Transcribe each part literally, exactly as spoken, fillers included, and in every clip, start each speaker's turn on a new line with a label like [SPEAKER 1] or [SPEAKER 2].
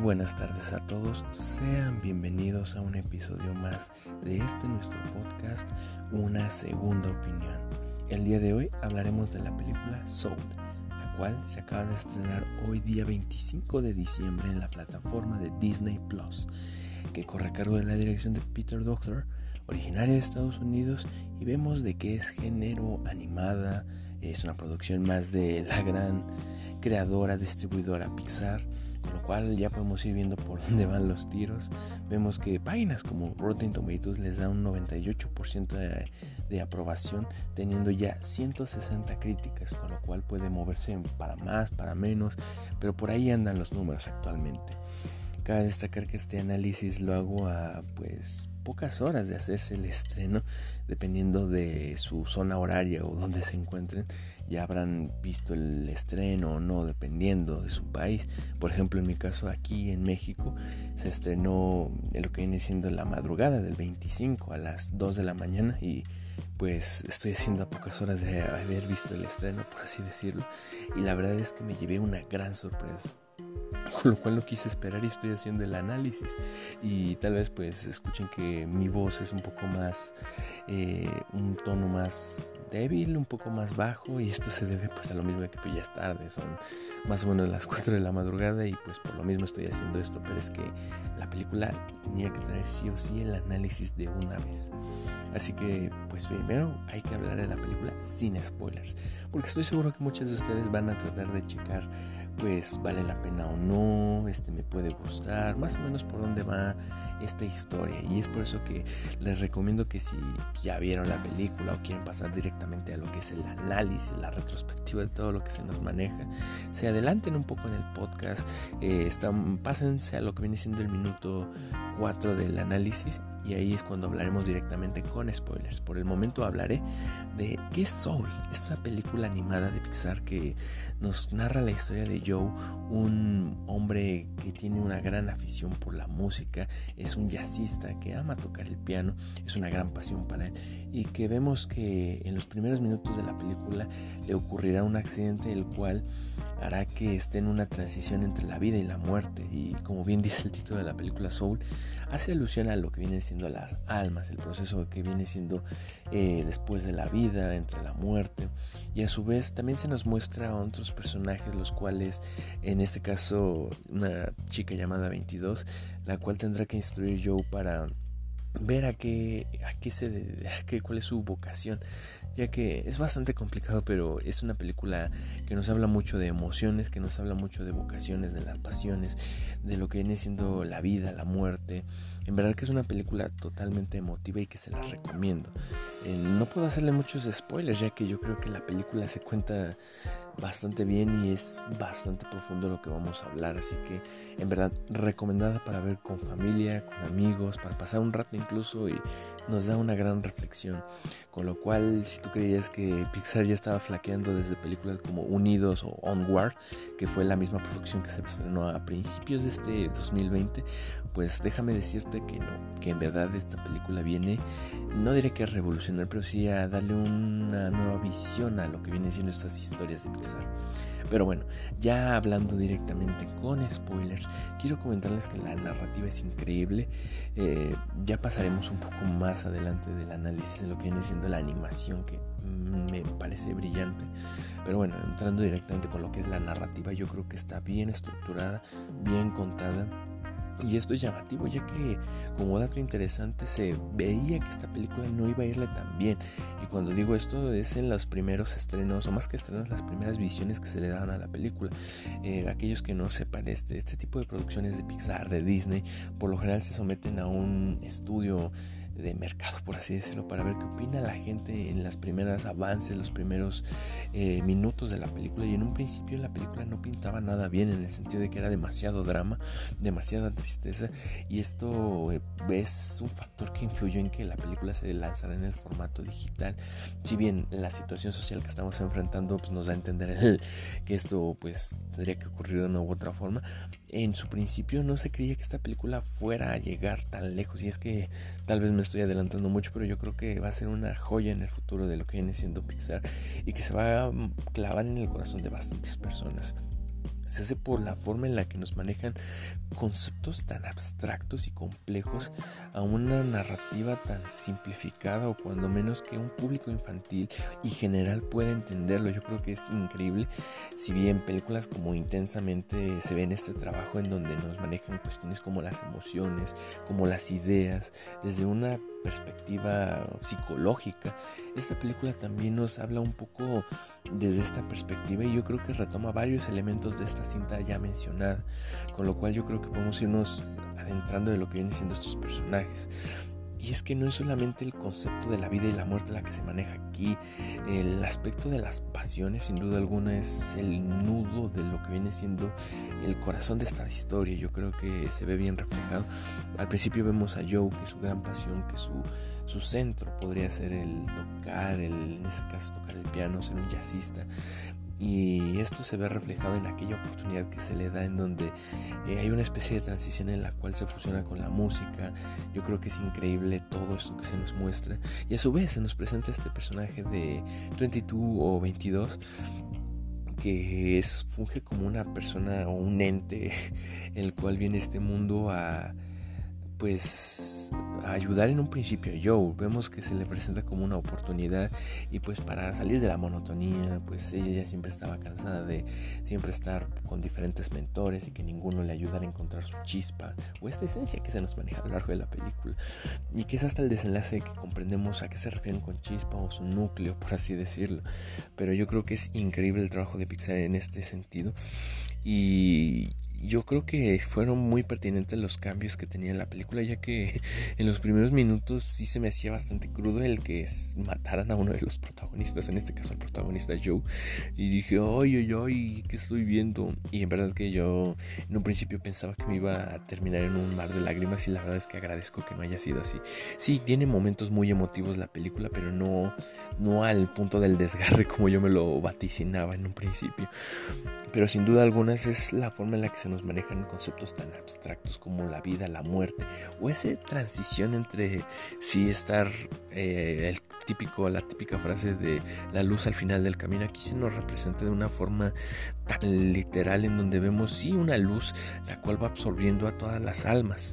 [SPEAKER 1] buenas tardes a todos, sean bienvenidos a un episodio más de este nuestro podcast, Una Segunda Opinión. El día de hoy hablaremos de la película Soul, la cual se acaba de estrenar hoy día veinticinco de diciembre en la plataforma de Disney Plus, que corre a cargo de la dirección de Peter Docter, originaria de Estados Unidos, y vemos de qué es género animada. Es una producción más de la gran creadora, distribuidora Pixar, con lo cual ya podemos ir viendo por dónde van los tiros. Vemos que páginas como Rotten Tomatoes les da un noventa y ocho por ciento de, de aprobación, teniendo ya ciento sesenta críticas, con lo cual puede moverse para más, para menos, pero por ahí andan los números actualmente. Cabe destacar que este análisis lo hago a pues pocas horas de hacerse el estreno, dependiendo de su zona horaria o donde se encuentren. Ya habrán visto el estreno o no, dependiendo de su país. Por ejemplo, en mi caso, aquí en México se estrenó en lo que viene siendo la madrugada del veinticinco a las dos de la mañana, y pues estoy haciendo a pocas horas de haber visto el estreno, por así decirlo, y la verdad es que me llevé una gran sorpresa, con lo cual no quise esperar y estoy haciendo el análisis. Y tal vez pues escuchen que mi voz es un poco más eh, un tono más débil, un poco más bajo, y esto se debe pues a lo mismo de que pues ya es tarde, son más o menos las cuatro de la madrugada, y pues por lo mismo estoy haciendo esto. Pero es que la película tenía que traer sí o sí el análisis de una vez, así que pues primero hay que hablar de la película sin spoilers, porque estoy seguro que muchos de ustedes van a tratar de checar pues vale la pena o no, este me puede gustar, más o menos por dónde va esta historia. Y es por eso que les recomiendo que si ya vieron la película o quieren pasar directamente a lo que es el análisis, la retrospectiva de todo lo que se nos maneja, se adelanten un poco en el podcast, eh, están, pásense a lo que viene siendo el minuto cuatro del análisis, y ahí es cuando hablaremos directamente con spoilers. Por el momento hablaré de qué es Soul, esta película animada de Pixar que nos narra la historia de Joe, un hombre que tiene una gran afición por la música, es un jazzista que ama tocar el piano, es una gran pasión para él, y que vemos que en los primeros minutos de la película le ocurrirá un accidente el cual hará que esté en una transición entre la vida y la muerte. Y como bien dice el título de la película, Soul hace alusión a lo que vienen siendo las almas, el proceso que viene siendo eh, después de la vida, entre la muerte, y a su vez también se nos muestra a otros personajes, los cuales en este caso una chica llamada veintidós, la cual tendrá que instruir Joe para ver a qué, a qué se a qué, cuál es su vocación, ya que es bastante complicado, pero es una película que nos habla mucho de emociones, que nos habla mucho de vocaciones, de las pasiones, de lo que viene siendo la vida, la muerte. En verdad que es una película totalmente emotiva y que se la recomiendo. Eh, no puedo hacerle muchos spoilers, ya que yo creo que la película se cuenta bastante bien y es bastante profundo lo que vamos a hablar, así que en verdad recomendada para ver con familia, con amigos, para pasar un rato incluso, y nos da una gran reflexión. Con lo cual, si tú creías que Pixar ya estaba flaqueando desde películas como Unidos o Onward, que fue la misma producción que se estrenó a principios de este dos mil veinte, pues déjame decirte que no, que en verdad esta película viene, no diré que a revolucionar, pero sí a darle una nueva visión a lo que vienen siendo estas historias de Pixar. Pero bueno, ya hablando directamente con spoilers, quiero comentarles que la narrativa es increíble. Eh, ya pasaremos un poco más adelante del análisis en lo que viene siendo la animación, que me parece brillante. Pero bueno, entrando directamente con lo que es la narrativa, yo creo que está bien estructurada, bien contada. Y esto es llamativo, ya que como dato interesante se veía que esta película no iba a irle tan bien. Y cuando digo esto es en los primeros estrenos, o más que estrenos, las primeras visiones que se le daban a la película. Eh, aquellos que no sepan, este, este tipo de producciones de Pixar, de Disney, por lo general se someten a un estudio de mercado, por así decirlo, para ver qué opina la gente en las primeras avances, los primeros eh, minutos de la película. Y en un principio la película no pintaba nada bien, en el sentido de que era demasiado drama, demasiada tristeza, y esto eh, es un factor que influyó en que la película se lanzara en el formato digital. Si bien la situación social que estamos enfrentando pues, nos da a entender el, que esto pues tendría que ocurrir de una u otra forma, en su principio no se creía que esta película fuera a llegar tan lejos. Y es que tal vez me estoy adelantando mucho, pero yo creo que va a ser una joya en el futuro de lo que viene siendo Pixar, y que se va a clavar en el corazón de bastantes personas. Se hace por la forma en la que nos manejan conceptos tan abstractos y complejos a una narrativa tan simplificada, o cuando menos que un público infantil y general pueda entenderlo. Yo creo que es increíble. Si bien películas como Intensamente se ven este trabajo en donde nos manejan cuestiones como las emociones, como las ideas, desde una perspectiva psicológica, esta película también nos habla un poco desde esta perspectiva, y yo creo que retoma varios elementos de esta cinta ya mencionada, con lo cual yo creo que podemos irnos adentrando de lo que vienen siendo estos personajes. Y es que no es solamente el concepto de la vida y la muerte la que se maneja aquí. El aspecto de las pasiones, sin duda alguna, es el nudo de lo que viene siendo el corazón de esta historia. Yo creo que se ve bien reflejado. Al principio vemos a Joe, que su gran pasión, que su, su centro podría ser el tocar, el, en ese caso tocar el piano, ser un jazzista. Y esto se ve reflejado en aquella oportunidad que se le da, en donde eh, hay una especie de transición en la cual se fusiona con la música. Yo creo que es increíble todo esto que se nos muestra, y a su vez se nos presenta este personaje de veintidós o veintidós, que es, funge como una persona o un ente el cual viene a este mundo a pues a ayudar en un principio a Joe. Vemos que se le presenta como una oportunidad, y pues para salir de la monotonía, pues ella siempre estaba cansada de siempre estar con diferentes mentores y que ninguno le ayudara a encontrar su chispa o esta esencia que se nos maneja a lo largo de la película, y que es hasta el desenlace que comprendemos a qué se refieren con chispa o su núcleo, por así decirlo. Pero yo creo que es increíble el trabajo de Pixar en este sentido, y yo creo que fueron muy pertinentes los cambios que tenía la película, ya que en los primeros minutos sí se me hacía bastante crudo el que mataran a uno de los protagonistas, en este caso al protagonista Joe, y dije, ay, ay, ay, ¿qué estoy viendo? Y en verdad que yo en un principio pensaba que me iba a terminar en un mar de lágrimas, y la verdad es que agradezco que no haya sido así. Sí, tiene momentos muy emotivos la película, pero no, no al punto del desgarre como yo me lo vaticinaba en un principio. Pero sin duda alguna es la forma en la que se nos manejan conceptos tan abstractos como la vida, la muerte, o esa transición entre sí estar eh, el típico, la típica frase de la luz al final del camino. Aquí se nos representa de una forma tan literal, en donde vemos sí una luz la cual va absorbiendo a todas las almas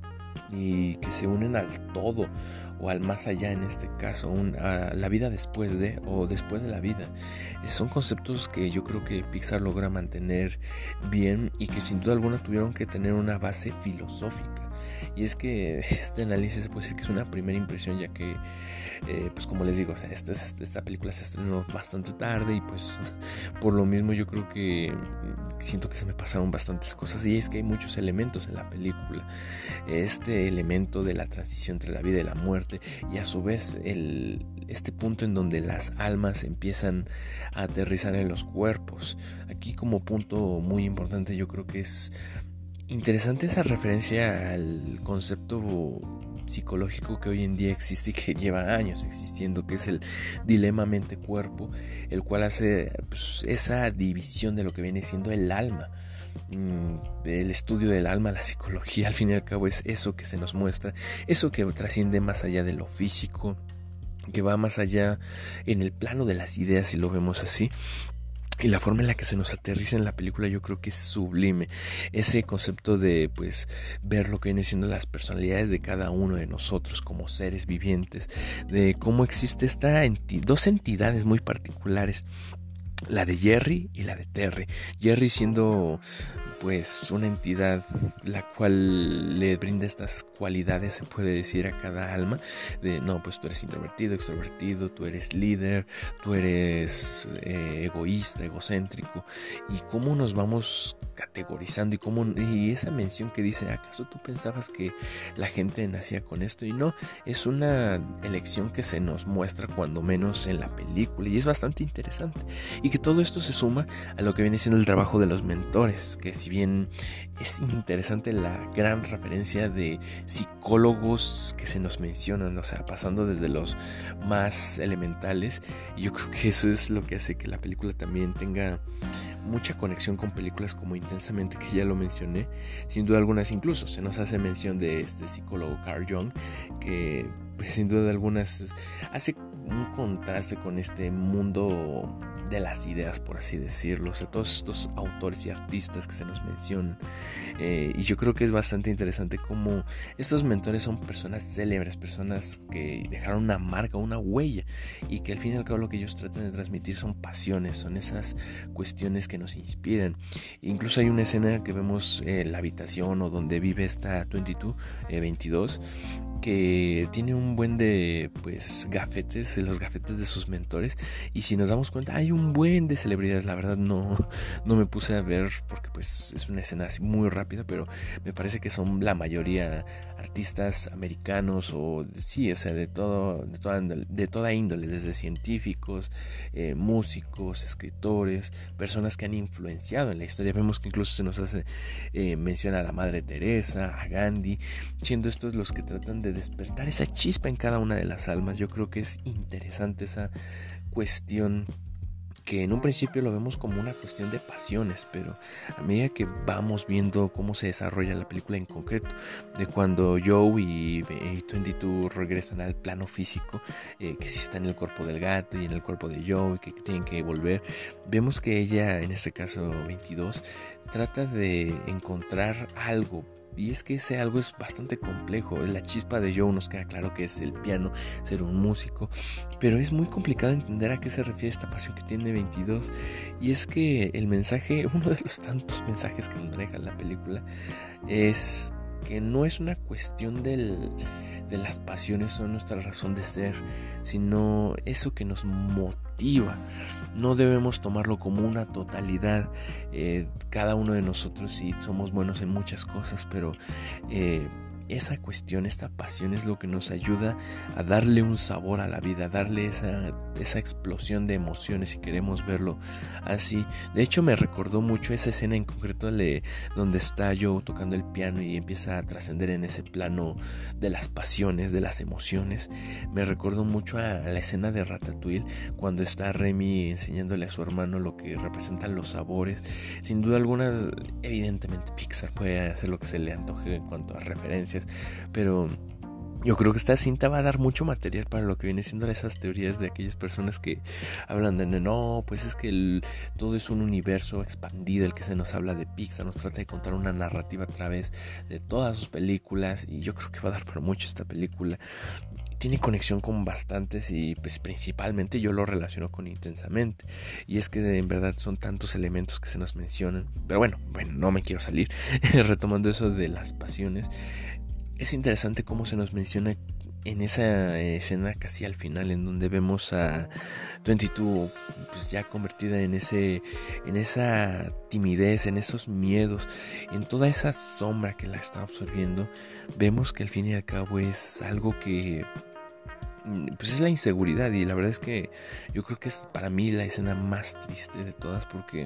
[SPEAKER 1] y que se unen al todo o al más allá, en este caso un, a la vida después de o después de la vida. Son conceptos que yo creo que Pixar logra mantener bien, y que sin duda alguna tuvieron que tener una base filosófica. Y es que este análisis puede decir que es una primera impresión, ya que eh, pues como les digo, o sea, esta, esta película se estrenó bastante tarde, y pues por lo mismo yo creo que siento que se me pasaron bastantes cosas. Y es que hay muchos elementos en la película, este elemento de la transición entre la vida y la muerte, y a su vez el, este punto en donde las almas empiezan a aterrizar en los cuerpos. Aquí como punto muy importante yo creo que es interesante esa referencia al concepto psicológico que hoy en día existe y que lleva años existiendo, que es el dilema mente-cuerpo, el cual hace pues, esa división de lo que viene siendo el alma. El estudio del alma, la psicología, al fin y al cabo es eso que se nos muestra, eso que trasciende más allá de lo físico, que va más allá en el plano de las ideas, si lo vemos así. Y la forma en la que se nos aterriza en la película yo creo que es sublime. Ese concepto de pues ver lo que viene siendo las personalidades de cada uno de nosotros como seres vivientes, de cómo existe esta enti- dos entidades muy particulares, la de Jerry y la de Terry. Jerry siendo pues una entidad la cual le brinda estas cualidades, se puede decir, a cada alma, de no, pues tú eres introvertido, extrovertido, tú eres líder, tú eres eh, egoísta, egocéntrico, y cómo nos vamos categorizando, y cómo, y esa mención que dice, ¿acaso tú pensabas que la gente nacía con esto? Y no, es una elección que se nos muestra cuando menos en la película, y es bastante interesante, y que todo esto se suma a lo que viene siendo el trabajo de los mentores, que si bien es interesante la gran referencia de psicólogos que se nos mencionan, o sea, pasando desde los más elementales, y yo creo que eso es lo que hace que la película también tenga mucha conexión con películas como Intensamente, que ya lo mencioné. Sin duda algunas incluso se nos hace mención de este psicólogo Carl Jung, que pues, sin duda algunas hace un contraste con este mundo de las ideas, por así decirlo, o sea, todos estos autores y artistas que se nos mencionan. Eh, y yo creo que es bastante interesante cómo estos mentores son personas célebres, personas que dejaron una marca, una huella, y que al fin y al cabo lo que ellos tratan de transmitir son pasiones, son esas cuestiones que nos inspiran. Incluso hay una escena que vemos eh, la habitación o donde vive esta veintidós, eh, veintidós, que tiene un buen de pues gafetes, los gafetes de sus mentores, y si nos damos cuenta hay un buen de celebridades. La verdad no, no me puse a ver porque pues es una escena así muy rápida, pero me parece que son la mayoría artistas americanos o sí, o sea, de todo, de toda, de toda índole, desde científicos, eh, músicos, escritores, personas que han influenciado en la historia. Vemos que incluso se nos hace eh, mención a la Madre Teresa, a Gandhi, siendo estos los que tratan de despertar esa chispa en cada una de las almas. Yo creo que es interesante esa cuestión que en un principio lo vemos como una cuestión de pasiones, pero a medida que vamos viendo cómo se desarrolla la película en concreto, de cuando Joe y, y veintidós regresan al plano físico, eh, que sí está en el cuerpo del gato y en el cuerpo de Joe y que tienen que volver, vemos que ella, en este caso veintidós, trata de encontrar algo. Y es que ese algo es bastante complejo. La chispa de Joe nos queda claro que es el piano, ser un músico, pero es muy complicado entender a qué se refiere esta pasión que tiene veintidós. Y es que el mensaje, uno de los tantos mensajes que nos maneja la película, es que no es una cuestión del, de las pasiones o nuestra razón de ser, sino eso que nos motiva. No debemos tomarlo como una totalidad. Eh, cada uno de nosotros sí somos buenos en muchas cosas, pero eh, esa cuestión, esta pasión es lo que nos ayuda a darle un sabor a la vida, a darle esa, esa explosión de emociones, si queremos verlo así. De hecho, me recordó mucho esa escena en concreto le, donde está Joe tocando el piano y empieza a trascender en ese plano de las pasiones, de las emociones. Me recordó mucho a, a la escena de Ratatouille, cuando está Remy enseñándole a su hermano lo que representan los sabores. Sin duda alguna, evidentemente Pixar puede hacer lo que se le antoje en cuanto a referencias, pero yo creo que esta cinta va a dar mucho material para lo que viene siendo esas teorías de aquellas personas que hablan de no, pues es que el, todo es un universo expandido el que se nos habla de Pixar, nos trata de contar una narrativa a través de todas sus películas, y yo creo que va a dar para mucho esta película. Tiene conexión con bastantes y pues principalmente yo lo relaciono con Intensamente, y es que en verdad son tantos elementos que se nos mencionan. Pero bueno, bueno, no me quiero salir retomando eso de las pasiones. Es interesante cómo se nos menciona en esa escena casi al final, en donde vemos a veintidós pues ya convertida en ese en esa timidez, en esos miedos, en toda esa sombra que la está absorbiendo. Vemos que al fin y al cabo es algo que pues es la inseguridad, y la verdad es que yo creo que es para mí la escena más triste de todas, porque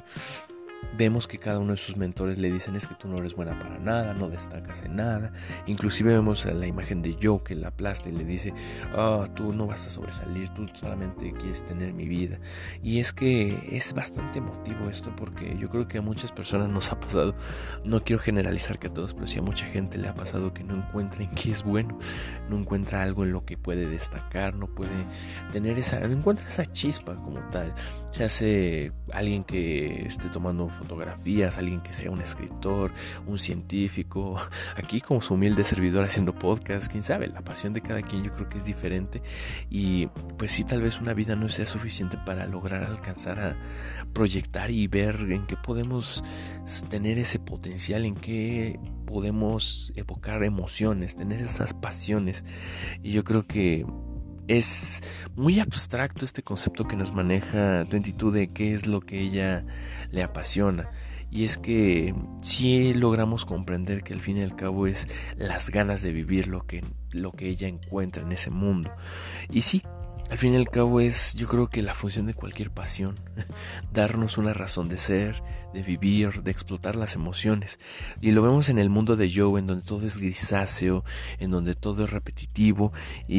[SPEAKER 1] vemos que cada uno de sus mentores le dicen es que tú no eres buena para nada, no destacas en nada. Inclusive vemos la imagen de Joe que la aplasta y le dice oh, tú no vas a sobresalir, tú solamente quieres tener mi vida. Y es que es bastante emotivo esto, porque yo creo que a muchas personas nos ha pasado, no quiero generalizar que a todos, pero sí a mucha gente le ha pasado que no encuentra en qué es bueno, no encuentra algo en lo que puede destacar, no puede tener esa, no encuentra esa chispa como tal. Se hace alguien que esté tomando fotografías, alguien que sea un escritor, un científico, aquí como su humilde servidor haciendo podcast, quién sabe, la pasión de cada quien yo creo que es diferente, y pues sí, tal vez una vida no sea suficiente para lograr alcanzar a proyectar y ver en qué podemos tener ese potencial, en qué podemos evocar emociones, tener esas pasiones. Y yo creo que es muy abstracto este concepto que nos maneja veintidós de qué es lo que ella le apasiona. Y es que sí logramos comprender que al fin y al cabo es las ganas de vivir lo que, lo que ella encuentra en ese mundo. Y sí, al fin y al cabo es, yo creo que la función de cualquier pasión, darnos una razón de ser, de vivir, de explotar las emociones. Y lo vemos en el mundo de Joe, en donde todo es grisáceo, en donde todo es repetitivo,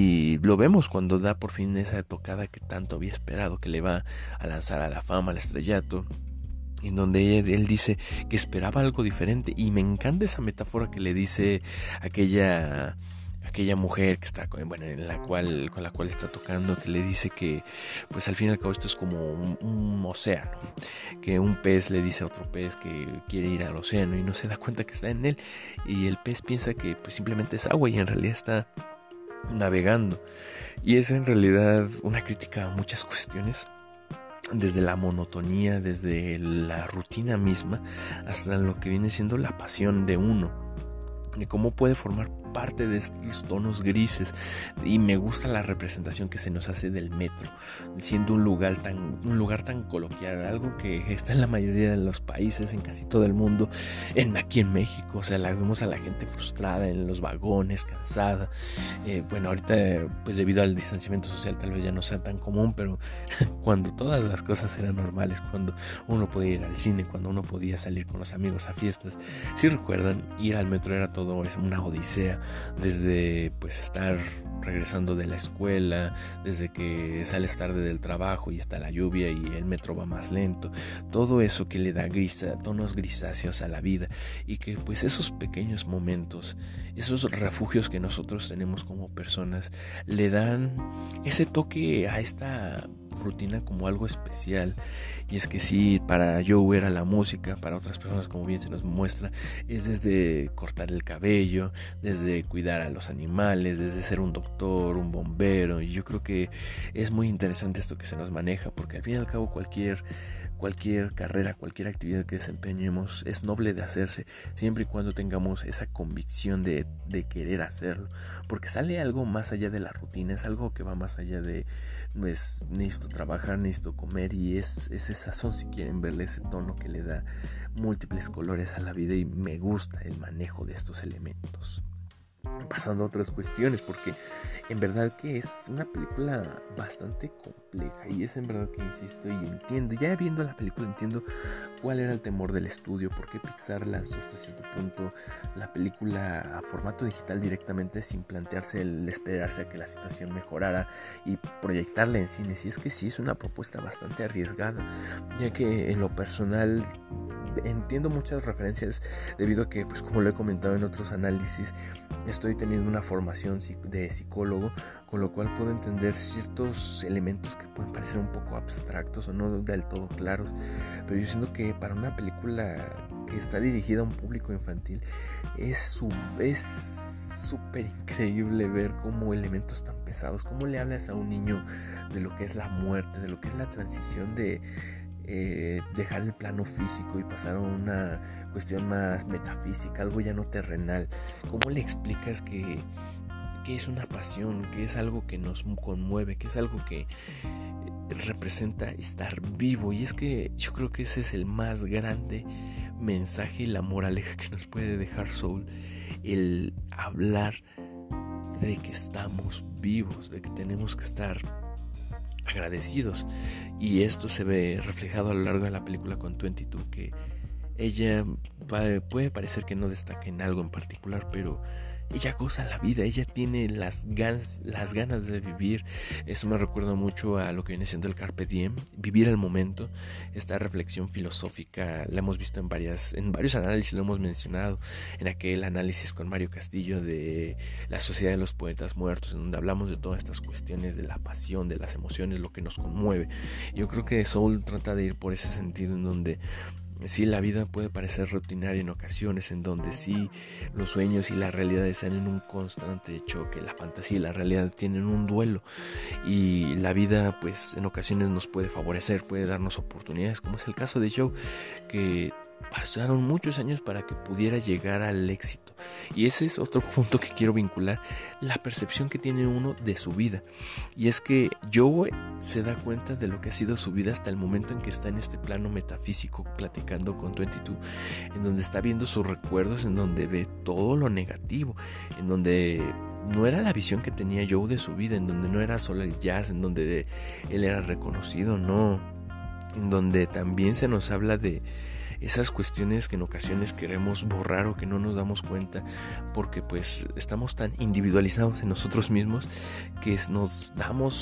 [SPEAKER 1] y lo vemos cuando da por fin esa tocada que tanto había esperado, que le va a lanzar a la fama, al estrellato, en donde él, él dice que esperaba algo diferente. Y me encanta esa metáfora que le dice aquella... aquella mujer que está con, bueno, en la cual, con la cual está tocando, que le dice que pues al fin y al cabo esto es como un, un océano, que un pez le dice a otro pez que quiere ir al océano y no se da cuenta que está en él, y el pez piensa que pues simplemente es agua y en realidad está navegando. Y es en realidad una crítica a muchas cuestiones, desde la monotonía, desde la rutina misma, hasta lo que viene siendo la pasión de uno, de cómo puede formar parte de estos tonos grises. Y me gusta la representación que se nos hace del metro, siendo un lugar tan, un lugar tan coloquial, algo que está en la mayoría de los países, en casi todo el mundo, en, aquí en México. O sea, la vemos a la gente frustrada en los vagones, cansada. Eh, bueno, ahorita pues debido al distanciamiento social tal vez ya no sea tan común, pero cuando todas las cosas eran normales, cuando uno podía ir al cine, cuando uno podía salir con los amigos a fiestas, si recuerdan, ir al metro era todo es una odisea. Desde pues estar regresando de la escuela, desde que sales tarde del trabajo y está la lluvia y el metro va más lento, todo eso que le da grisa, tonos grisáceos a la vida, y que pues esos pequeños momentos, esos refugios que nosotros tenemos como personas, le dan ese toque a esta rutina como algo especial. Y es que sí, para Joe era la música, para otras personas, como bien se nos muestra, es desde cortar el cabello, desde cuidar a los animales, desde ser un doctor, un bombero. Y yo creo que es muy interesante esto que se nos maneja, porque al fin y al cabo cualquier cualquier carrera, cualquier actividad que desempeñemos es noble de hacerse, siempre y cuando tengamos esa convicción de, de querer hacerlo, porque sale algo más allá de la rutina, es algo que va más allá de pues necesito trabajar, necesito comer, y es ese sazón, si quieren verle, ese tono que le da múltiples colores a la vida, y me gusta el manejo de estos elementos. Pasando a otras cuestiones, porque en verdad que es una película bastante compleja, y es en verdad que insisto y entiendo, ya viendo la película entiendo cuál era el temor del estudio, por qué Pixar lanzó hasta cierto punto la película a formato digital directamente, sin plantearse el esperarse a que la situación mejorara y proyectarla en cines. Y es que sí es una propuesta bastante arriesgada, ya que en lo personal entiendo muchas referencias debido a que, pues como lo he comentado en otros análisis, estoy teniendo una formación de psicólogo, con lo cual puedo entender ciertos elementos que pueden parecer un poco abstractos o no del todo claros, pero yo siento que para una película que está dirigida a un público infantil es su, es súper increíble ver cómo elementos tan pesados, cómo le hablas a un niño de lo que es la muerte, de lo que es la transición de Eh, dejar el plano físico y pasar a una cuestión más metafísica, algo ya no terrenal. ¿Cómo le explicas que, que es una pasión, que es algo que nos conmueve, que es algo que representa estar vivo? Y es que yo creo que ese es el más grande mensaje y la moraleja que nos puede dejar Soul, el hablar de que estamos vivos, de que tenemos que estar agradecidos. Y esto se ve reflejado a lo largo de la película con veintidós, que ella puede parecer que no destaca en algo en particular, pero ella goza la vida, ella tiene las ganas, las ganas de vivir. Eso me recuerda mucho a lo que viene siendo el Carpe Diem, vivir el momento. Esta reflexión filosófica la hemos visto en varias, en varios análisis, lo hemos mencionado en aquel análisis con Mario Castillo de la Sociedad de los Poetas Muertos, en donde hablamos de todas estas cuestiones de la pasión, de las emociones, lo que nos conmueve. Yo creo que Soul trata de ir por ese sentido, en donde sí, la vida puede parecer rutinaria en ocasiones, en donde sí los sueños y la realidad están en un constante choque, la fantasía y la realidad tienen un duelo, y la vida pues en ocasiones nos puede favorecer, puede darnos oportunidades, como es el caso de Joe, que pasaron muchos años para que pudiera llegar al éxito. Y ese es otro punto que quiero vincular, la percepción que tiene uno de su vida. Y es que Joe se da cuenta de lo que ha sido su vida hasta el momento en que está en este plano metafísico platicando con veintidós, en donde está viendo sus recuerdos, en donde ve todo lo negativo, en donde no era la visión que tenía Joe de su vida, en donde no era solo el jazz, en donde él era reconocido, no, en donde también se nos habla de esas cuestiones que en ocasiones queremos borrar o que no nos damos cuenta, porque pues estamos tan individualizados en nosotros mismos que nos damos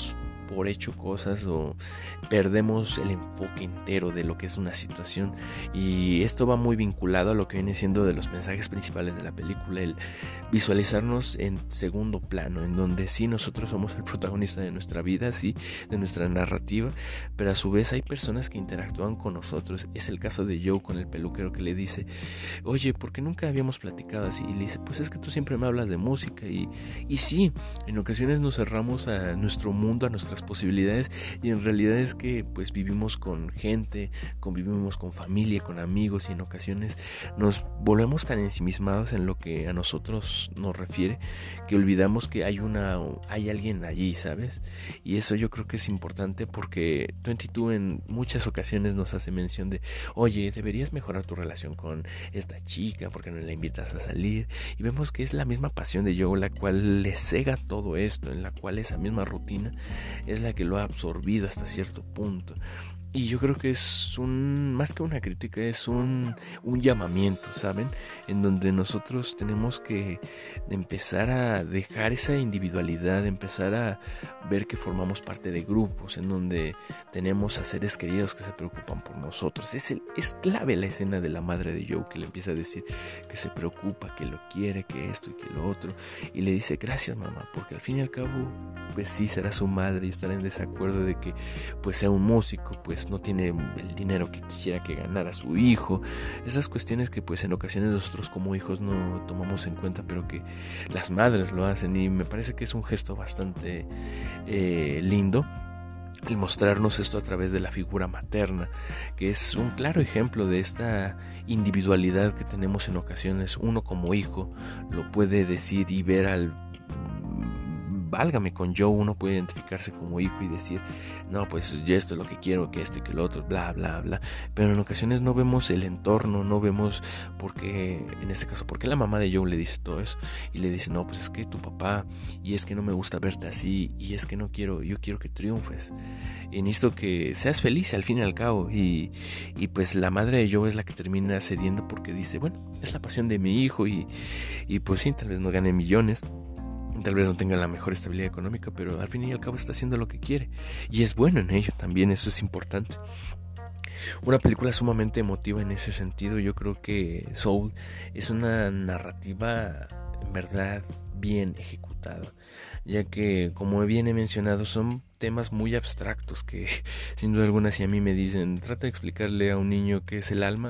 [SPEAKER 1] por hecho cosas o perdemos el enfoque entero de lo que es una situación, y esto va muy vinculado a lo que viene siendo de los mensajes principales de la película, el visualizarnos en segundo plano, en donde sí nosotros somos el protagonista de nuestra vida, sí, de nuestra narrativa, pero a su vez hay personas que interactúan con nosotros. Es el caso de Joe con el peluquero, que le dice, oye, ¿por qué nunca habíamos platicado así? Y le dice, pues es que tú siempre me hablas de música, y, y sí, en ocasiones nos cerramos a nuestro mundo, a nuestras posibilidades, y en realidad es que pues vivimos con gente, convivimos con familia, con amigos, y en ocasiones nos volvemos tan ensimismados en lo que a nosotros nos refiere que olvidamos que hay una hay alguien allí, ¿sabes? Y eso yo creo que es importante, porque veintidós en muchas ocasiones nos hace mención de, oye, deberías mejorar tu relación con esta chica, porque no la invitas a salir, y vemos que es la misma pasión de Joe la cual le cega todo esto, en la cual esa misma rutina es la que lo ha absorbido hasta cierto punto. Y yo creo que es un, más que una crítica, es un, un llamamiento, ¿saben? En donde nosotros tenemos que empezar a dejar esa individualidad, empezar a ver que formamos parte de grupos, en donde tenemos a seres queridos que se preocupan por nosotros. Es, el, es clave la escena de la madre de Joe, que le empieza a decir que se preocupa, que lo quiere, que esto y que lo otro. Y le dice, gracias mamá, porque al fin y al cabo, pues sí, será su madre y estará en desacuerdo de que pues sea un músico, pues no tiene el dinero que quisiera que ganara su hijo. Esas cuestiones que pues en ocasiones nosotros como hijos no tomamos en cuenta, pero que las madres lo hacen, y me parece que es un gesto bastante eh, lindo el mostrarnos esto a través de la figura materna, que es un claro ejemplo de esta individualidad que tenemos en ocasiones. Uno como hijo lo puede decir y ver al válgame, con Joe uno puede identificarse como hijo y decir, no, pues yo esto es lo que quiero, que esto y que lo otro, bla, bla, bla. Pero en ocasiones no vemos el entorno, no vemos por qué, en este caso, por qué la mamá de Joe le dice todo eso. Y le dice, no, pues es que tu papá, y es que no me gusta verte así, y es que no quiero, yo quiero que triunfes. Y necesito que seas feliz al fin y al cabo. Y, y pues la madre de Joe es la que termina cediendo, porque dice, bueno, es la pasión de mi hijo, y, y pues sí, tal vez no gane millones, tal vez no tenga la mejor estabilidad económica, pero al fin y al cabo está haciendo lo que quiere, y es bueno en ello también, eso es importante. Una película sumamente emotiva en ese sentido. Yo creo que Soul es una narrativa en verdad bien ejecutada, ya que, como bien he mencionado, son temas muy abstractos que sin duda alguna, si a mí me dicen trata de explicarle a un niño qué es el alma,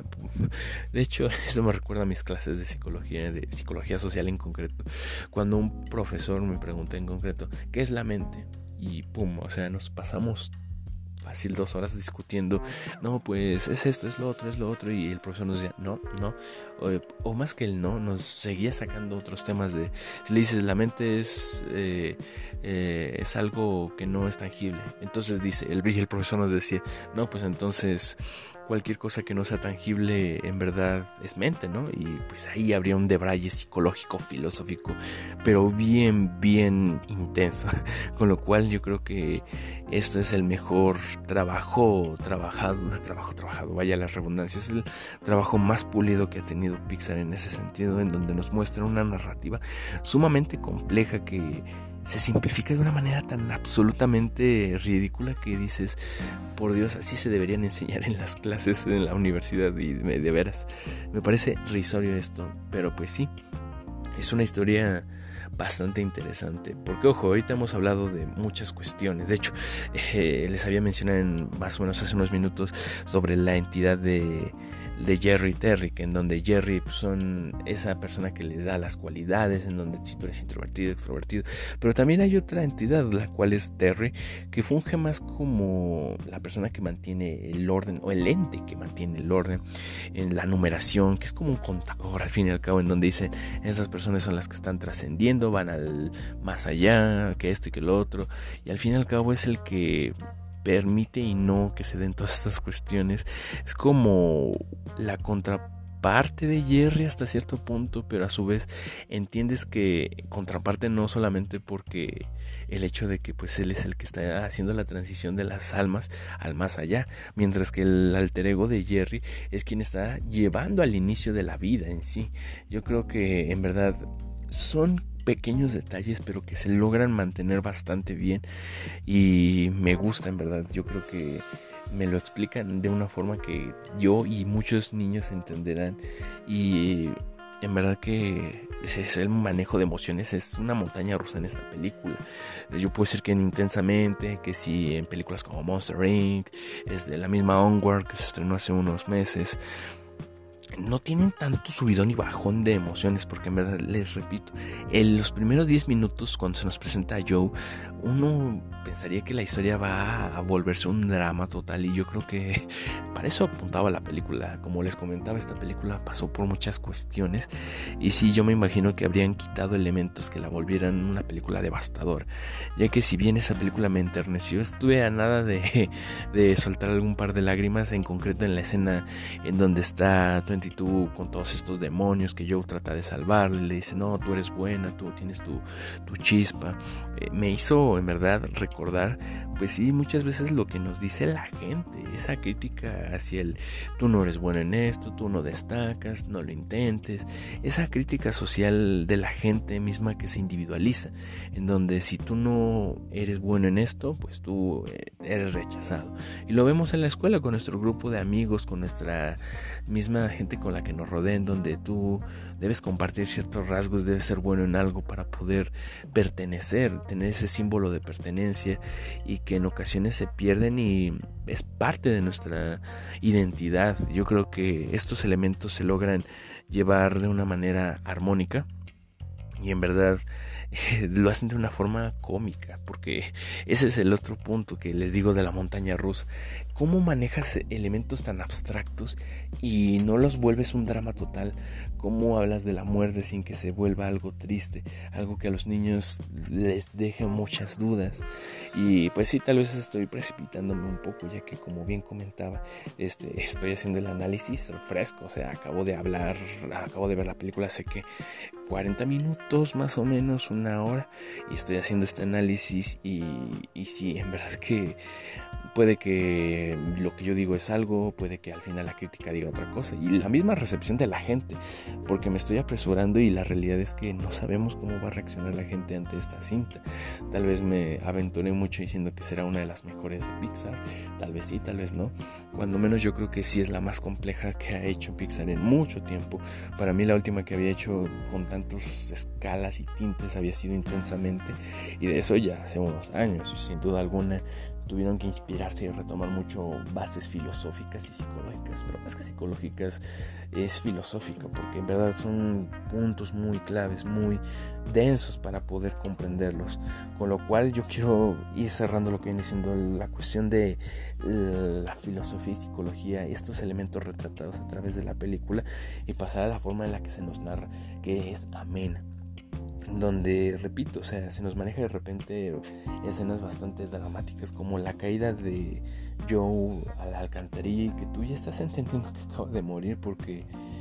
[SPEAKER 1] de hecho esto me recuerda a mis clases de psicología, de psicología social en concreto, cuando un profesor me pregunta en concreto qué es la mente, y pum, o sea, nos pasamos fácil dos horas discutiendo, no, pues es esto, es lo otro, es lo otro, y el profesor nos decía, no, no, o, o más que el no, nos seguía sacando otros temas de, si le dices, la mente es, eh, eh, es algo que no es tangible, entonces dice, el, el profesor nos decía, no, pues entonces cualquier cosa que no sea tangible en verdad es mente, ¿no? Y pues ahí habría un debraye psicológico, filosófico, pero bien, bien intenso, con lo cual yo creo que esto es el mejor trabajo trabajado, trabajo trabajado, vaya la redundancia, es el trabajo más pulido que ha tenido Pixar en ese sentido, en donde nos muestra una narrativa sumamente compleja que se simplifica de una manera tan absolutamente ridícula que dices, por Dios, así se deberían enseñar en las clases en la universidad, y de, de veras me parece risorio esto, pero pues sí, es una historia bastante interesante, porque ojo, ahorita hemos hablado de muchas cuestiones, de hecho eh, les había mencionado en, más o menos hace unos minutos, sobre la entidad de de Jerry y Terry, que en donde Jerry pues, son esa persona que les da las cualidades, en donde si tú eres introvertido, extrovertido, pero también hay otra entidad, la cual es Terry, que funge más como la persona que mantiene el orden, o el ente que mantiene el orden en la numeración, que es como un contador al fin y al cabo, en donde dicen, esas personas son las que están trascendiendo, van al más allá, que esto y que lo otro, y al fin y al cabo es el que permite y no que se den todas estas cuestiones. Es como la contraparte de Jerry hasta cierto punto, pero a su vez entiendes que contraparte no solamente porque el hecho de que pues él es el que está haciendo la transición de las almas al más allá, mientras que el alter ego de Jerry es quien está llevando al inicio de la vida en sí. Yo creo que en verdad son pequeños detalles, pero que se logran mantener bastante bien y me gusta, en verdad. Yo creo que me lo explican de una forma que yo y muchos niños entenderán, y en verdad que es el manejo de emociones, es una montaña rusa en esta película. Yo puedo decir que en Intensamente, que sí en películas como Monster incorporated, es de la misma Onward, que se estrenó hace unos meses. No tienen tanto subidón y bajón de emociones, porque en verdad, les repito, en los primeros diez minutos cuando se nos presenta a Joe, uno pensaría que la historia va a volverse un drama total, y yo creo que para eso apuntaba la película. Como les comentaba, esta película pasó por muchas cuestiones, y sí, yo me imagino que habrían quitado elementos que la volvieran una película devastadora, ya que si bien esa película me enterneció, estuve a nada de, de soltar algún par de lágrimas, en concreto en la escena en donde está veintidós con todos estos demonios que Joe trata de salvarle. Le dice: no, tú eres buena, tú tienes tu, tu chispa. Eh, me hizo en verdad recordar, pues sí, muchas veces lo que nos dice la gente, esa crítica hacia el tú no eres bueno en esto, tú no destacas, no lo intentes, esa crítica social de la gente misma que se individualiza, en donde si tú no eres bueno en esto, pues tú eh, eres rechazado. Y lo vemos en la escuela con nuestro grupo de amigos, con nuestra misma gente con la que nos rodea, en donde tú debes compartir ciertos rasgos, debes ser bueno en algo para poder pertenecer, tener ese símbolo de pertenencia, y que en ocasiones se pierden y es parte de nuestra identidad. Yo creo que estos elementos se logran llevar de una manera armónica, y en verdad eh, lo hacen de una forma cómica, porque ese es el otro punto que les digo de la montaña rusa. ¿Cómo manejas elementos tan abstractos y no los vuelves un drama total? ¿Cómo hablas de la muerte sin que se vuelva algo triste, algo que a los niños les deje muchas dudas? Y pues sí, tal vez estoy precipitándome un poco, ya que, como bien comentaba, este, estoy haciendo el análisis fresco. O sea, acabo de hablar, acabo de ver la película hace que cuarenta minutos más o menos, una hora, y estoy haciendo este análisis, y, y sí, en verdad que puede que lo que yo digo es algo, puede que al final la crítica diga otra cosa, y la misma recepción de la gente, porque me estoy apresurando y la realidad es que no sabemos cómo va a reaccionar la gente ante esta cinta. Tal vez me aventuré mucho diciendo que será una de las mejores de Pixar, tal vez sí, tal vez no. Cuando menos yo creo que sí es la más compleja que ha hecho Pixar en mucho tiempo. Para mí la última que había hecho con tantas escalas y tintes había sido Intensamente, y de eso ya hace unos años, y sin duda alguna tuvieron que inspirarse y retomar mucho bases filosóficas y psicológicas, pero más que psicológicas es filosófica, porque en verdad son puntos muy claves, muy densos para poder comprenderlos, con lo cual yo quiero ir cerrando lo que viene siendo la cuestión de la filosofía y psicología, estos elementos retratados a través de la película, y pasar a la forma en la que se nos narra, que es amena, donde, repito, o sea, se nos maneja de repente escenas bastante dramáticas, como la caída de Joe a la alcantarilla, y que tú ya estás entendiendo que acaba de morir, porque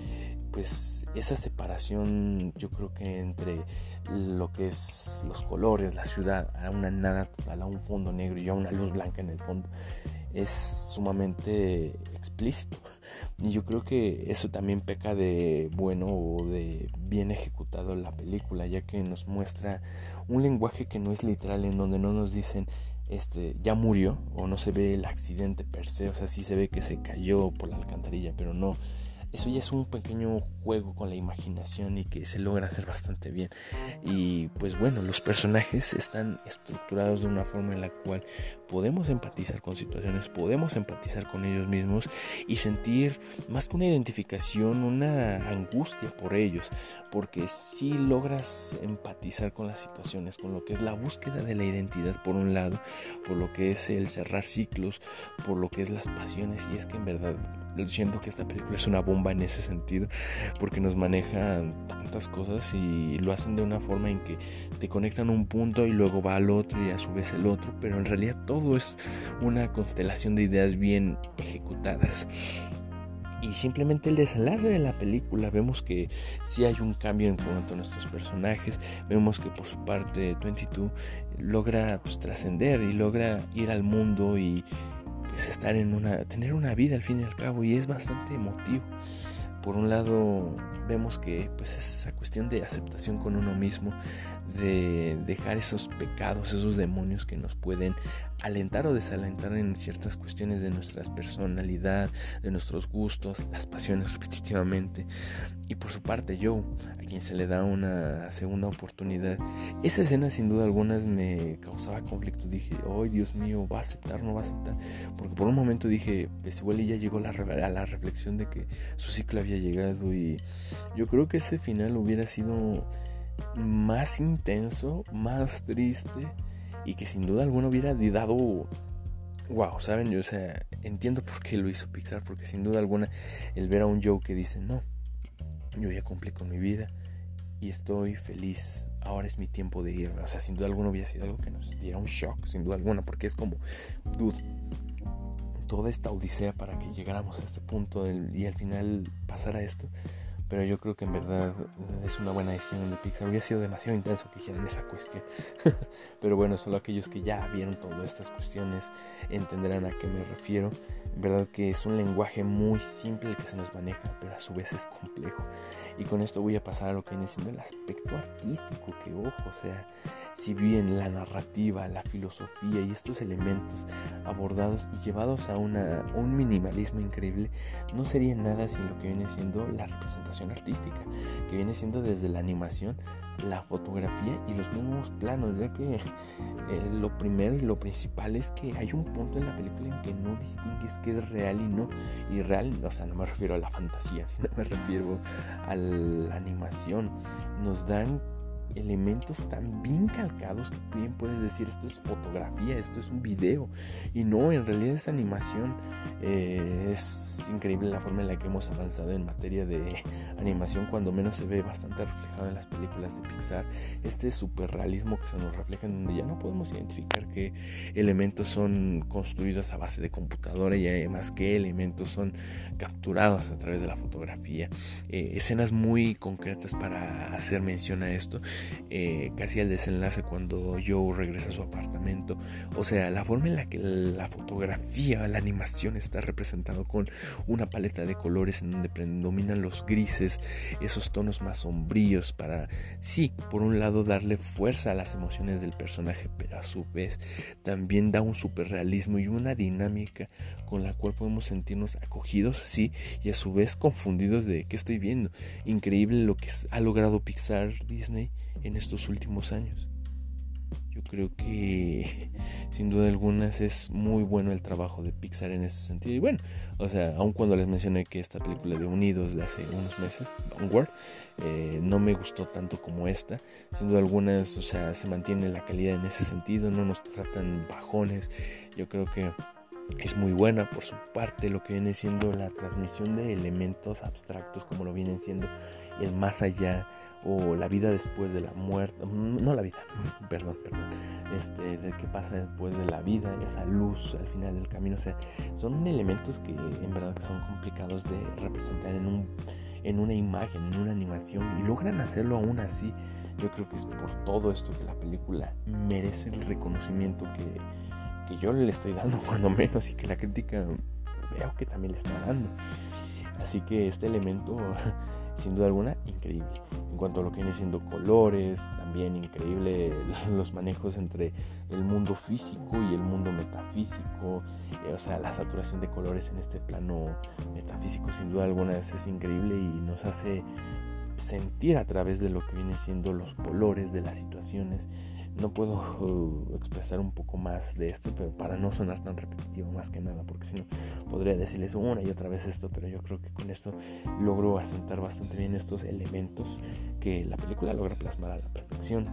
[SPEAKER 1] pues esa separación, yo creo que entre lo que es los colores, la ciudad, a una nada total, a un fondo negro y a una luz blanca en el fondo, es sumamente explícito, y yo creo que eso también peca de bueno o de bien ejecutado en la película, ya que nos muestra un lenguaje que no es literal, en donde no nos dicen este ya murió, o no se ve el accidente per se. O sea, sí se ve que se cayó por la alcantarilla, pero no, eso ya es un pequeño juego con la imaginación y que se logra hacer bastante bien. Y pues bueno, los personajes están estructurados de una forma en la cual podemos empatizar con situaciones, podemos empatizar con ellos mismos y sentir más que una identificación, una angustia por ellos, porque si logras empatizar con las situaciones, con lo que es la búsqueda de la identidad por un lado, por lo que es el cerrar ciclos, por lo que es las pasiones. Y es que en verdad siento que esta película es una bomba en ese sentido, porque nos maneja tantas cosas y lo hacen de una forma en que te conectan un punto y luego va al otro y a su vez el otro, pero en realidad todo es una constelación de ideas bien ejecutadas. Y simplemente el desenlace de la película, vemos que sí hay un cambio en cuanto a nuestros personajes. Vemos que por su parte veintidós logra pues trascender y logra ir al mundo y pues estar en una, tener una vida al fin y al cabo, y es bastante emotivo, por un lado vemos que pues es esa cuestión de aceptación con uno mismo, de dejar esos pecados, esos demonios que nos pueden alentar o desalentar en ciertas cuestiones de nuestra personalidad, de nuestros gustos, las pasiones repetitivamente. Y por su parte Joe, a quien se le da una segunda oportunidad, esa escena sin duda algunas me causaba conflicto. Dije, ay, Dios mío, ¿va a aceptar, no va a aceptar? Porque por un momento dije, pues igual ella llegó a la, a la reflexión de que su ciclo había llegado, y yo creo que ese final hubiera sido más intenso, más triste, y que sin duda alguna hubiera dado wow, ¿saben? Yo, o sea, entiendo por qué lo hizo Pixar, porque sin duda alguna el ver a un Joe que dice, no, yo ya cumplí con mi vida y estoy feliz, ahora es mi tiempo de irme. O sea, sin duda alguna hubiera sido algo que nos diera un shock, sin duda alguna, porque es como, dude, toda esta odisea para que llegáramos a este punto y al final pasara esto. Pero yo creo que en verdad es una buena decisión de Pixar. Hubiera sido demasiado intenso que hicieran esa cuestión. Pero bueno, solo aquellos que ya vieron todas estas cuestiones entenderán a qué me refiero. En verdad que es un lenguaje muy simple el que se nos maneja, pero a su vez es complejo. Y con esto voy a pasar a lo que viene siendo el aspecto artístico, que ojo, o sea, si bien la narrativa, la filosofía y estos elementos abordados y llevados a, una, a un minimalismo increíble, no sería nada sin lo que viene siendo la representación artística, que viene siendo desde la animación, la fotografía y los mismos planos, ya que eh, lo primero y lo principal es que hay un punto en la película en que no distingues qué es real y no, y real, o sea, no me refiero a la fantasía, sino me refiero a la animación. Nos dan elementos tan bien calcados que bien puedes decir esto es fotografía, esto es un video, y no, en realidad es animación. Eh, es increíble la forma en la que hemos avanzado en materia de animación, cuando menos se ve bastante reflejado en las películas de Pixar, este super realismo que se nos refleja, en donde ya no podemos identificar qué elementos son construidos a base de computadora y además qué elementos son capturados a través de la fotografía. Eh, escenas muy concretas para hacer mención a esto. Eh, casi al desenlace, cuando Joe regresa a su apartamento, o sea, la forma en la que la fotografía, la animación está representado con una paleta de colores en donde predominan los grises, esos tonos más sombríos, para, sí, por un lado darle fuerza a las emociones del personaje, pero a su vez también da un superrealismo y una dinámica con la cual podemos sentirnos acogidos, sí, y a su vez confundidos de qué estoy viendo. Increíble lo que ha logrado Pixar, Disney, en estos últimos años. Yo creo que sin duda alguna es muy bueno el trabajo de Pixar en ese sentido. Y bueno, o sea, aun cuando les mencioné que esta película de Unidos de hace unos meses, Onward, eh, no me gustó tanto como esta. Sin duda alguna, o sea, se mantiene la calidad en ese sentido, no nos tratan bajones. Yo creo que es muy buena por su parte lo que viene siendo la transmisión de elementos abstractos, como lo vienen siendo el más allá, o la vida después de la muerte, no la vida, perdón, perdón, este, de qué pasa después de la vida, esa luz al final del camino. O sea, son elementos que en verdad son complicados de representar en un, en una imagen, en una animación, y logran hacerlo aún así. Yo creo que es por todo esto que la película merece el reconocimiento que, que yo le estoy dando, cuando menos, y que la crítica veo que también le está dando. Así que este elemento, sin duda alguna, increíble. En cuanto a lo que viene siendo colores, también increíble los manejos entre el mundo físico y el mundo metafísico. Eh, o sea, la saturación de colores en este plano metafísico, sin duda alguna, es, es increíble y nos hace sentir a través de lo que viene siendo los colores de las situaciones. No puedo uh, expresar un poco más de esto, pero para no sonar tan repetitivo, más que nada, porque si no podría decirles una y otra vez esto, pero yo creo que con esto logro asentar bastante bien estos elementos que la película logra plasmar a la perfección.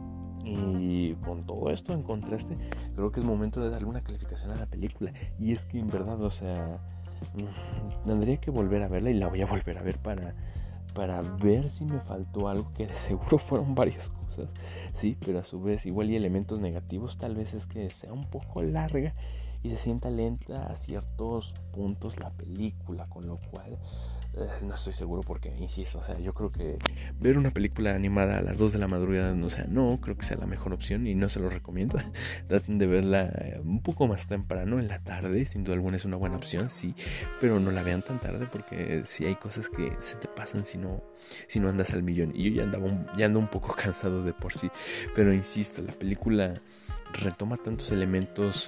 [SPEAKER 1] Y con todo esto en contraste, creo que es momento de darle una calificación a la película. Y es que en verdad, o sea, tendría que volver a verla, y la voy a volver a ver para... para ver si me faltó algo, que de seguro fueron varias cosas, sí, pero a su vez igual y elementos negativos, tal vez es que sea un poco larga y se sienta lenta a ciertos puntos la película, con lo cual eh, no estoy seguro porque, insisto, o sea, yo creo que ver una película animada a las dos de la madrugada, o sea, no creo que sea la mejor opción y no se lo recomiendo. Traten de verla un poco más temprano, en la tarde, sin duda alguna es una buena opción, sí, pero no la vean tan tarde porque sí hay cosas que se te pasan si no, si no andas al millón. Y yo ya andaba un, ya ando un poco cansado de por sí, pero insisto, la película retoma tantos elementos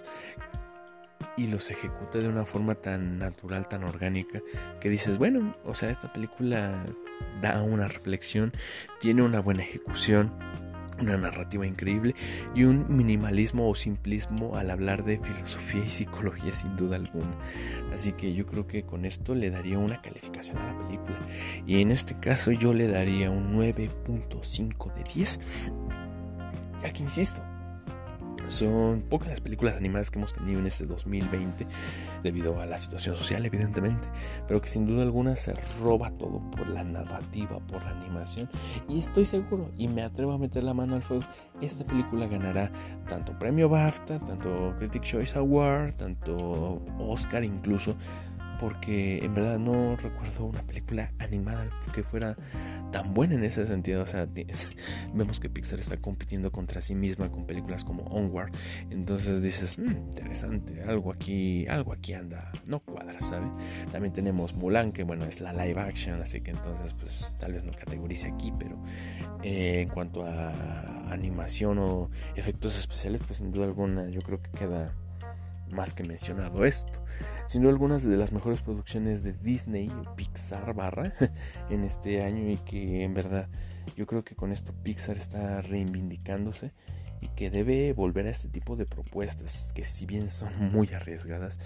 [SPEAKER 1] y los ejecuta de una forma tan natural, tan orgánica, que dices, bueno, o sea, esta película da una reflexión, tiene una buena ejecución, una narrativa increíble y un minimalismo o simplismo al hablar de filosofía y psicología, sin duda alguna. Así que yo creo que con esto le daría una calificación a la película, y en este caso yo le daría un nueve punto cinco de diez, ya que insisto, son pocas las películas animadas que hemos tenido en este dos mil veinte, debido a la situación social, evidentemente, pero que sin duda alguna se roba todo por la narrativa, por la animación, y estoy seguro, y me atrevo a meter la mano al fuego, esta película ganará tanto premio BAFTA, tanto Critics' Choice Award, tanto Oscar incluso, porque en verdad no recuerdo una película animada que fuera tan buena en ese sentido. O sea, vemos que Pixar está compitiendo contra sí misma con películas como Onward, entonces dices, mmm, interesante, algo aquí, algo aquí anda, no cuadra, ¿sabes? También tenemos Mulan, que bueno, es la live action, así que entonces pues tal vez no categorice aquí, pero eh, en cuanto a animación o efectos especiales, pues sin duda alguna yo creo que queda más que mencionado esto. Sin duda algunas de las mejores producciones de Disney, Pixar barra, en este año, y que en verdad yo creo que con esto Pixar está reivindicándose y que debe volver a este tipo de propuestas que, si bien son muy arriesgadas,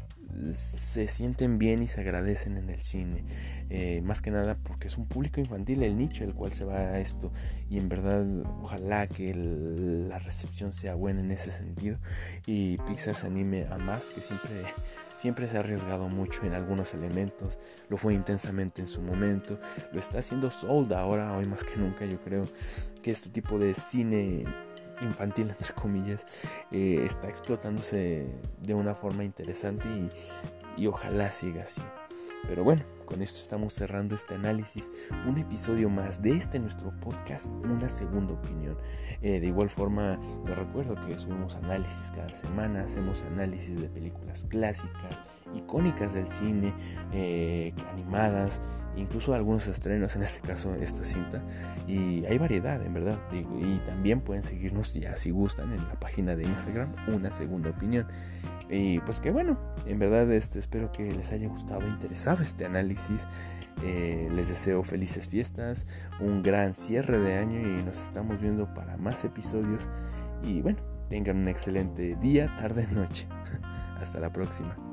[SPEAKER 1] se sienten bien y se agradecen en el cine, eh, más que nada porque es un público infantil el nicho el cual se va a esto, y en verdad ojalá que el, la recepción sea buena en ese sentido y Pixar se anime a más, que siempre, siempre se ha arriesgado mucho en algunos elementos, lo fue intensamente en su momento, lo está haciendo Soul ahora, hoy más que nunca. Yo creo que este tipo de cine infantil, entre comillas, eh, está explotándose de una forma interesante y, y ojalá siga así. Pero bueno, con esto estamos cerrando este análisis, un episodio más de este nuestro podcast, Una Segunda Opinión. Eh, de igual forma, les recuerdo que subimos análisis cada semana, hacemos análisis de películas clásicas, icónicas del cine, eh, animadas, incluso algunos estrenos, en este caso esta cinta, y hay variedad, en verdad. Y, y también pueden seguirnos, ya si gustan, en la página de Instagram, Una Segunda Opinión. Y pues que bueno, en verdad este, espero que les haya gustado, interesado este análisis. Eh, les deseo felices fiestas, un gran cierre de año, y nos estamos viendo para más episodios. Y bueno, tengan un excelente día, tarde, noche. Hasta la próxima.